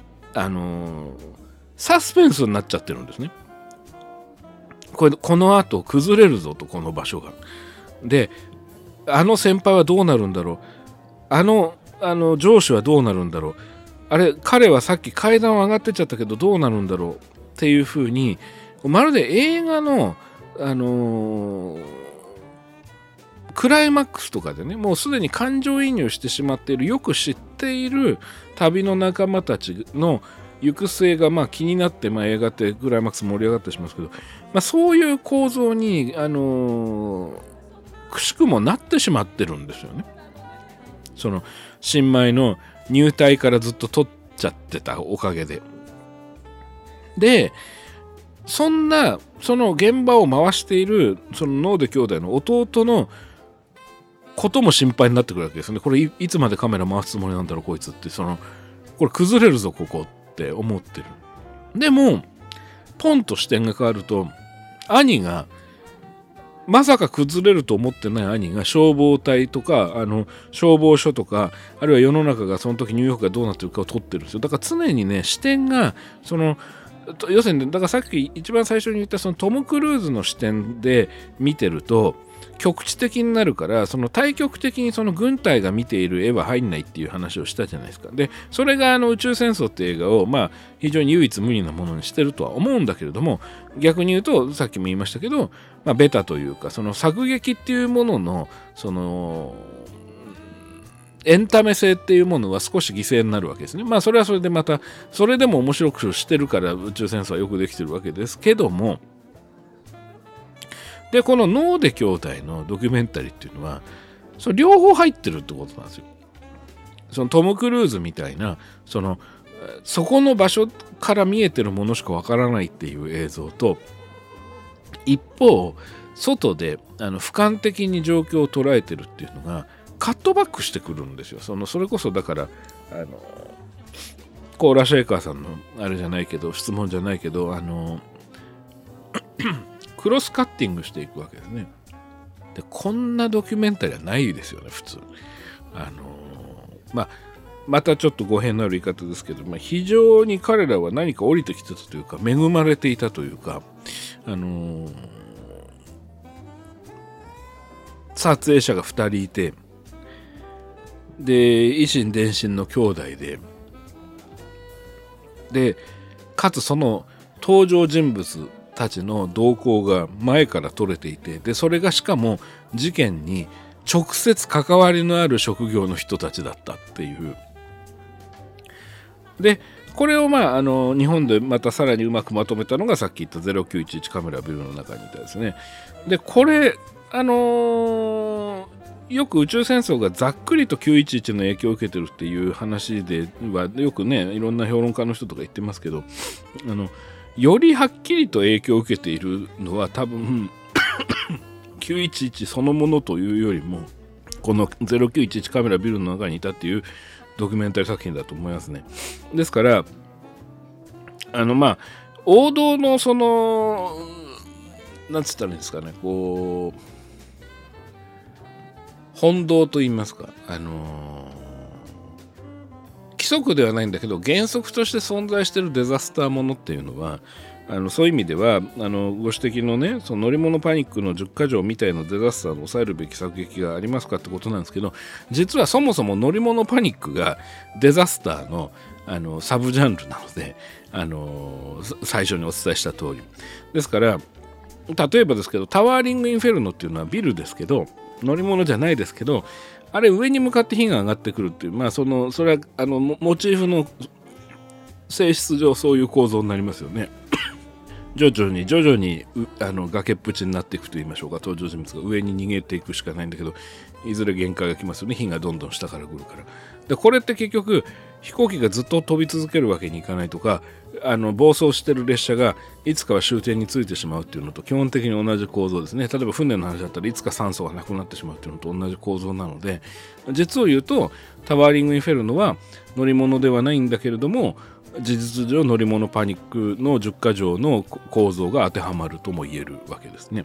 サスペンスになっちゃってるんですね。この後崩れるぞと、この場所が。で先輩はどうなるんだろう、上司はどうなるんだろう、彼はさっき階段を上がってっちゃったけどどうなるんだろうっていう風に、まるで映画のクライマックスとかでね、もうすでに感情移入してしまっている、よく知っている旅の仲間たちの行く末が気になって、映画ってクライマックス盛り上がったりしますけど、そういう構造にくしくもなってしまってるんですよね。その新米の入隊からずっと撮っちゃってたおかげで。でその現場を回しているそのノーデ兄弟の弟のことも心配になってくるわけですね。これ いつまでカメラ回すつもりなんだろうこいつって、これ崩れるぞここって思ってる。でもポンと視点が変わると、兄がまさか崩れると思ってない兄が消防隊とか消防署とか、あるいは世の中がその時ニューヨークがどうなってるかを撮ってるんですよ。だから常にね視点が要するに、だからさっき一番最初に言ったそのトム・クルーズの視点で見てると局地的になるから、その対極的にその軍隊が見ている絵は入んないっていう話をしたじゃないですか。でそれが宇宙戦争って映画を非常に唯一無二なものにしてるとは思うんだけれども、逆に言うとさっきも言いましたけど、ベタというかその作劇っていうもののそのエンタメ性っていうものは少し犠牲になるわけですね。それはそれでまたそれでも面白くしてるから宇宙戦争はよくできてるわけですけども、でこのノーデ兄弟のドキュメンタリーっていうのはそれ両方入ってるってことなんですよ。そのトム・クルーズみたいなそこの場所から見えてるものしかわからないっていう映像と、一方外で俯瞰的に状況を捉えてるっていうのがカットバックしてくるんですよ。それこそだからコーラ・シェイカーさんのあれじゃないけど質問じゃないけどクロスカッティングしていくわけですね。でこんなドキュメンタリーはないですよね普通。またちょっと語弊のある言い方ですけど、非常に彼らは何か降りてきてたというか恵まれていたというか、撮影者が2人いて、で以心伝心の兄弟でかつその登場人物たちの動向が前から撮れていて、でそれがしかも事件に直接関わりのある職業の人たちだったっていう。でこれを日本でまたさらにうまくまとめたのがさっき言った0911カメラビルの中にいたですね。でこれよく宇宙戦争がざっくりと911の影響を受けてるっていう話ではよくねいろんな評論家の人とか言ってますけど、よりはっきりと影響を受けているのは多分911そのものというよりもこの0911カメラビルの中にいたっていうドキュメンタリー作品だと思いますね。ですから王道のなんつったらいいんですかね、本道と言いますか、規則ではないんだけど原則として存在しているデザスターものっていうのはそういう意味ではご指摘のねその乗り物パニックの10か条みたいなデザスターを抑えるべき作劇がありますかってことなんですけど、実はそもそも乗り物パニックがデザスターのサブジャンルなので最初にお伝えした通りですから、例えばですけどタワーリングインフェルノっていうのはビルですけど乗り物じゃないですけど、あれ上に向かって火が上がってくるっていうそれはモチーフの性質上そういう構造になりますよね。徐々に崖っぷちになっていくと言いましょうか、登場人物が上に逃げていくしかないんだけど、いずれ限界が来ますよね。火がどんどん下から来るから。でこれって結局飛行機がずっと飛び続けるわけにいかないとか、暴走してる列車がいつかは終点についてしまうっていうのと基本的に同じ構造ですね。例えば船の話だったらいつか酸素がなくなってしまうっていうのと同じ構造なので、実を言うとタワーリングインフェルノは乗り物ではないんだけれども事実上乗り物パニックの10か条の構造が当てはまるとも言えるわけですね。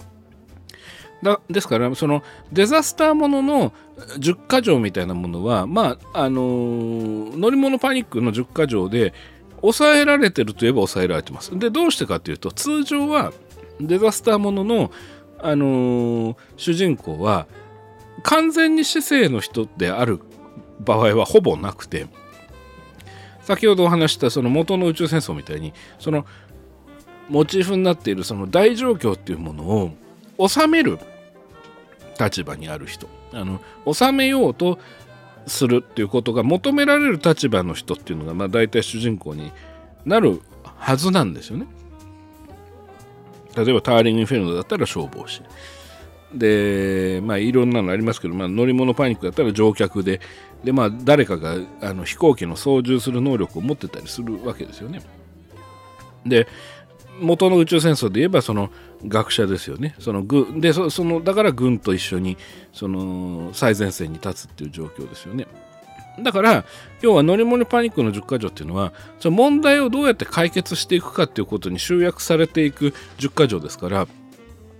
ですからそのデザスターものの10か条みたいなものは乗り物パニックの10か条で抑えられてるといえば抑えられてます。でどうしてかというと、通常はデザスターものの、主人公は完全に市政の人である場合はほぼなくて、先ほどお話したその元の宇宙戦争みたいにそのモチーフになっているその大状況っていうものを収める立場にある人、収めようとするっていうことが求められる立場の人っていうのが大体主人公になるはずなんですよね。例えばタワーリングインフェルノだったら消防士で、いろんなのありますけど、乗り物パニックだったら乗客で誰かが飛行機の操縦する能力を持ってたりするわけですよね。で元の宇宙戦争で言えばその学者ですよね。だから軍と一緒にその最前線に立つっていう状況ですよね。だから要は乗り物パニックの10か条っていうのはその問題をどうやって解決していくかっていうことに集約されていく10か条ですから、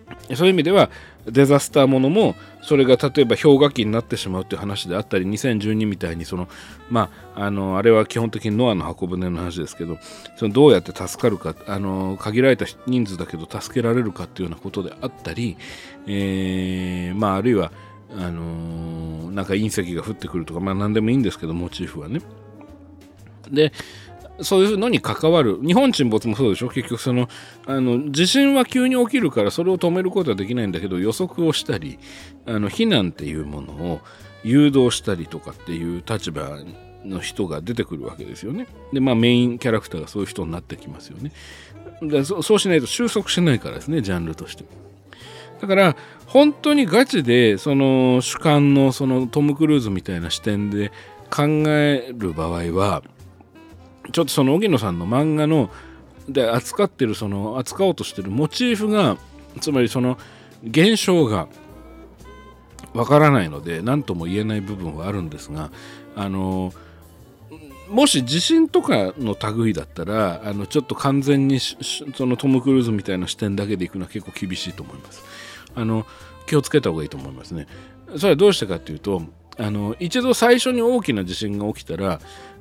そういう意味ではデザスターものもそれが例えば氷河期になってしまうっていう話であったり、2012みたいにあれは基本的にノアの箱舟の話ですけど、そのどうやって助かるか、限られた人数だけど助けられるかっていうようなことであったり、あるいはなんか隕石が降ってくるとか、何でもいいんですけど、モチーフはね。でそういうのに関わる日本沈没もそうでしょ。結局地震は急に起きるからそれを止めることはできないんだけど、予測をしたり避難っていうものを誘導したりとかっていう立場の人が出てくるわけですよね。でメインキャラクターがそういう人になってきますよね。そうしないと収束しないからですね、ジャンルとして。だから本当にガチでその主観のそのトム・クルーズみたいな視点で考える場合は、ちょっとその荻野さんの漫画ので扱おうとしてるモチーフが、つまりその現象がわからないので何とも言えない部分はあるんですが、もし地震とかの類だったらちょっと完全にそのトム・クルーズみたいな視点だけでいくのは結構厳しいと思います。気をつけた方がいいと思いますね。それはどうしてかというと、一度最初に大きな地震が起きたら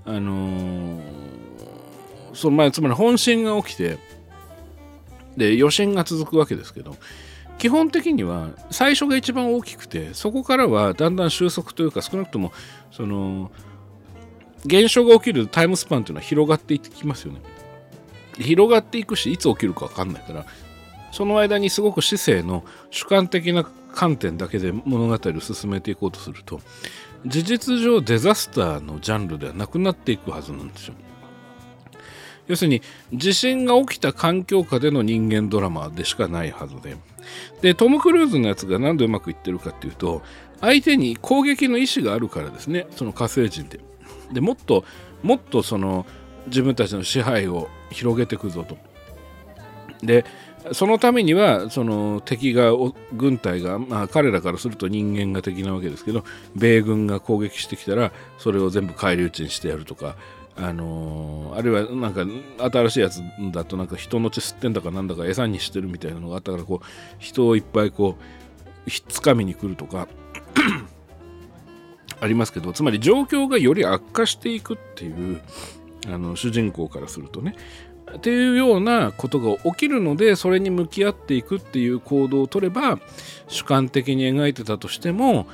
つまり本震が起きてで余震が続くわけですけど、基本的には最初が一番大きくて、そこからはだんだん収束というか、少なくともその現象が起きるタイムスパンというのは広がっていきますよね。広がっていくし、いつ起きるか分かんないから、その間にすごく市政の主観的な観点だけで物語を進めていこうとすると、事実上デザスターのジャンルではなくなっていくはずなんですよ。要するに地震が起きた環境下での人間ドラマでしかないはずで、トム・クルーズのやつが何でうまくいってるかっていうと、相手に攻撃の意思があるからですね。その火星人でもっとその自分たちの支配を広げていくぞと。でそのためにはその敵が軍隊が、彼らからすると人間が敵なわけですけど、米軍が攻撃してきたらそれを全部返り討ちにしてやるとか、あるいはなんか新しいやつだとなんか人の血吸ってんだかなんだか餌にしてるみたいなのがあったから、こう人をいっぱいこうひっつかみに来るとかありますけど、つまり状況がより悪化していくっていう主人公からするとねっていうようなことが起きるので、それに向き合っていくっていう行動を取れば主観的に描いてたとしても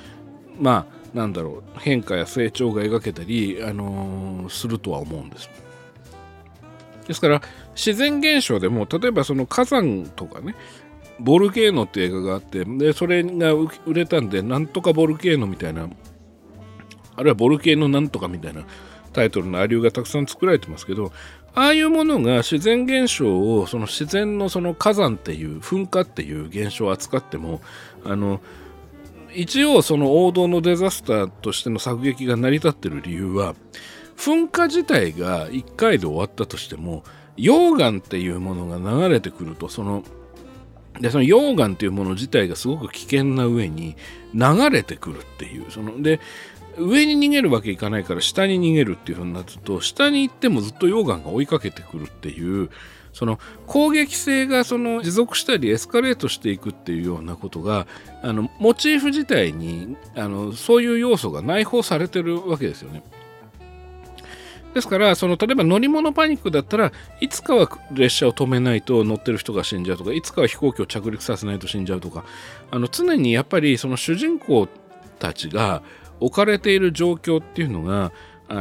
変化や成長が描けたり、するとは思うんです。ですから自然現象でも、例えばその火山とかね、ボルケーノって映画があって、でそれが売れたんで、なんとかボルケーノみたいな、あるいはボルケーノなんとかみたいなタイトルのアリューがたくさん作られてますけど、ああいうものが自然現象をその自然のその火山っていう噴火っていう現象を扱っても、一応その王道のデザスターとしての作劇が成り立ってる理由は、噴火自体が1回で終わったとしても溶岩っていうものが流れてくると、その溶岩っていうもの自体がすごく危険な上に流れてくるっていう、で上に逃げるわけいかないから下に逃げるっていう風になると、下に行ってもずっと溶岩が追いかけてくるっていう、その攻撃性が持続したりエスカレートしていくっていうようなことがモチーフ自体にそういう要素が内包されてるわけですよね。ですから例えば乗り物パニックだったら、いつかは列車を止めないと乗ってる人が死んじゃうとか、いつかは飛行機を着陸させないと死んじゃうとか、常にやっぱりその主人公たちが置かれている状況っていうのが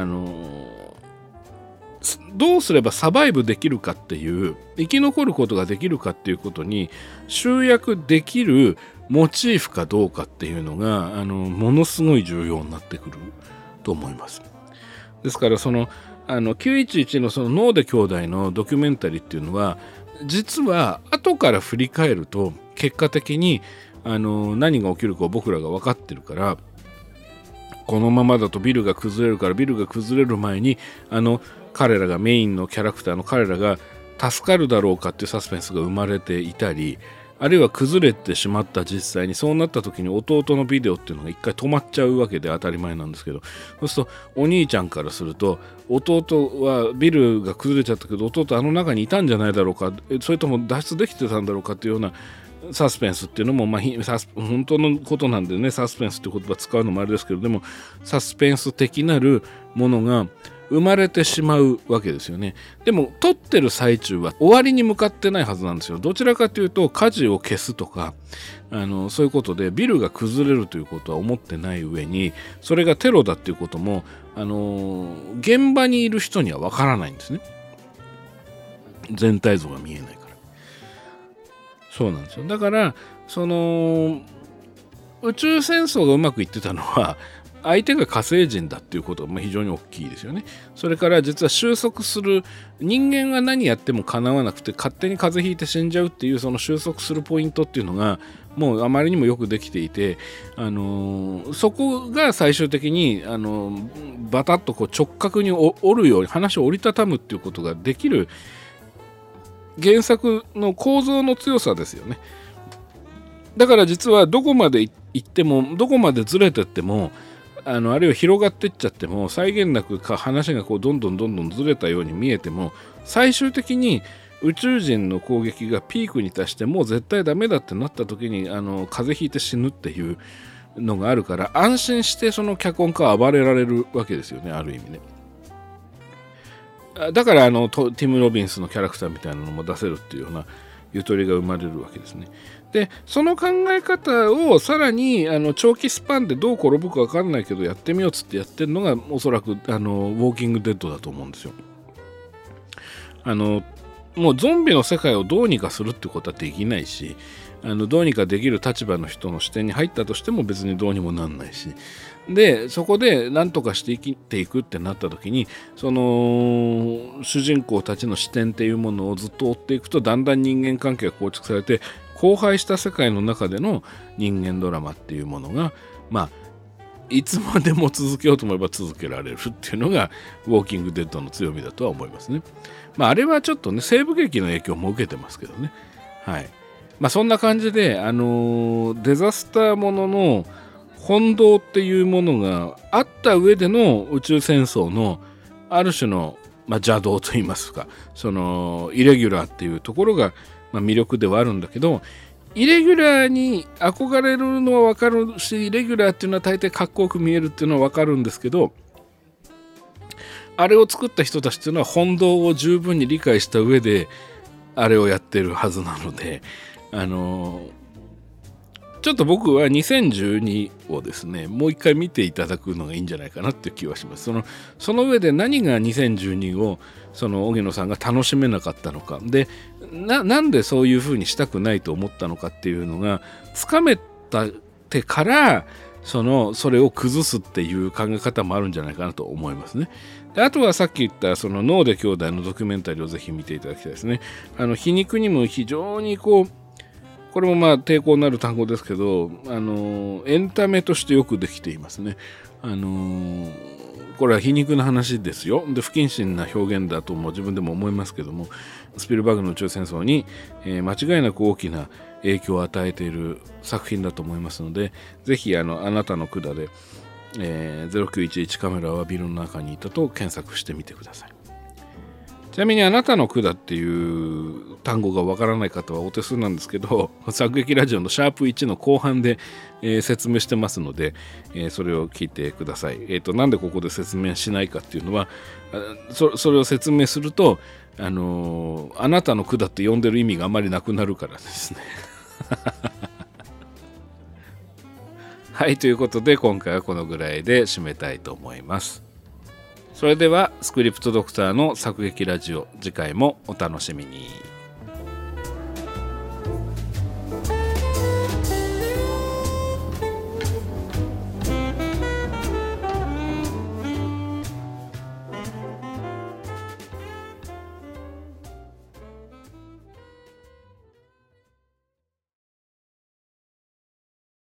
どうすればサバイブできるかっていう、生き残ることができるかっていうことに集約できるモチーフかどうかっていうのがものすごい重要になってくると思います。ですから911のそのノーデ兄弟のドキュメンタリーっていうのは、実は後から振り返ると結果的に何が起きるかを僕らが分かってるから、このままだとビルが崩れるから、ビルが崩れる前に彼らがメインのキャラクターの彼らが助かるだろうかっていうサスペンスが生まれていたり、あるいは崩れてしまった実際に、そうなった時に弟のビデオっていうのが一回止まっちゃうわけで当たり前なんですけど、そうするとお兄ちゃんからすると、弟はビルが崩れちゃったけど弟あの中にいたんじゃないだろうか、それとも脱出できてたんだろうかっていうようなサスペンスっていうのも、本当のことなんでね、サスペンスって言葉使うのもあれですけど、でもサスペンス的なるものが生まれてしまうわけですよね。でも撮ってる最中は終わりに向かってないはずなんですよ。どちらかというと火事を消すとかそういうことでビルが崩れるということは思ってない上に、それがテロだっていうことも現場にいる人にはわからないんですね。全体像が見えないから。そうなんですよ。だから宇宙戦争がうまくいってたのは相手が火星人だっていうことが非常に大きいですよね。それから実は収束する、人間が何やっても叶わなくて勝手に風邪ひいて死んじゃうっていうその収束するポイントっていうのがもうあまりにもよくできていて、そこが最終的にバタッとこう直角に折るように話を折りたたむっていうことができる原作の構造の強さですよね。だから実はどこまで行ってもどこまでずれてってもあるいは広がっていっちゃっても際限なく話がこうどんどんずれたように見えても、最終的に宇宙人の攻撃がピークに達してもう絶対ダメだってなった時に風邪ひいて死ぬっていうのがあるから、安心してその脚本家は暴れられるわけですよね、ある意味ね。だからティム・ロビンスのキャラクターみたいなのも出せるっていうようなゆとりが生まれるわけですね。でその考え方をさらに長期スパンでどう転ぶか分かんないけどやってみようっつってやってるのがおそらくウォーキングデッドだと思うんですよ。もうゾンビの世界をどうにかするってことはできないし、どうにかできる立場の人の視点に入ったとしても別にどうにもなんないし、でそこで何とかして生きていくってなった時にその主人公たちの視点っていうものをずっと追っていくとだんだん人間関係が構築されて荒廃した世界の中での人間ドラマっていうものがいつまでも続けようと思えば続けられるっていうのがウォーキングデッドの強みだとは思いますね。あれはちょっとね西部劇の影響も受けてますけどね。はい。そんな感じでデザスターものの本道っていうものがあった上での宇宙戦争のある種の、邪道といいますか、そのイレギュラーっていうところが、魅力ではあるんだけど、イレギュラーに憧れるのは分かるし、イレギュラーっていうのは大抵かっこよく見えるっていうのは分かるんですけど、あれを作った人たちっていうのは本道を十分に理解した上であれをやってるはずなので、ちょっと僕は2012をですねもう一回見ていただくのがいいんじゃないかなっていう気はします。その上で何が2012をその荻野さんが楽しめなかったのかで、なんでそういう風にしたくないと思ったのかっていうのがつかめたてからそれを崩すっていう考え方もあるんじゃないかなと思いますね。であとはさっき言ったそのノーデ兄弟のドキュメンタリーをぜひ見ていただきたいですね。皮肉にも非常にこれも抵抗のある単語ですけどエンタメとしてよくできていますね。これは皮肉な話ですよ。で不謹慎な表現だとも自分でも思いますけども、スピルバーグの宇宙戦争に、間違いなく大きな影響を与えている作品だと思いますので、ぜひあなたの管で、0911カメラはビルの中にいたと検索してみてください。ちなみにあなたの管っていう単語がわからない方はお手数なんですけど、作劇ラジオのシャープ1の後半で、説明してますので、それを聞いてください。なんでここで説明しないかっていうのはそれを説明するとあなたの管って呼んでる意味があまりなくなるからですねはい、ということで今回はこのぐらいで締めたいと思います。それではスクリプトドクターの作劇ラジオ、次回もお楽しみに。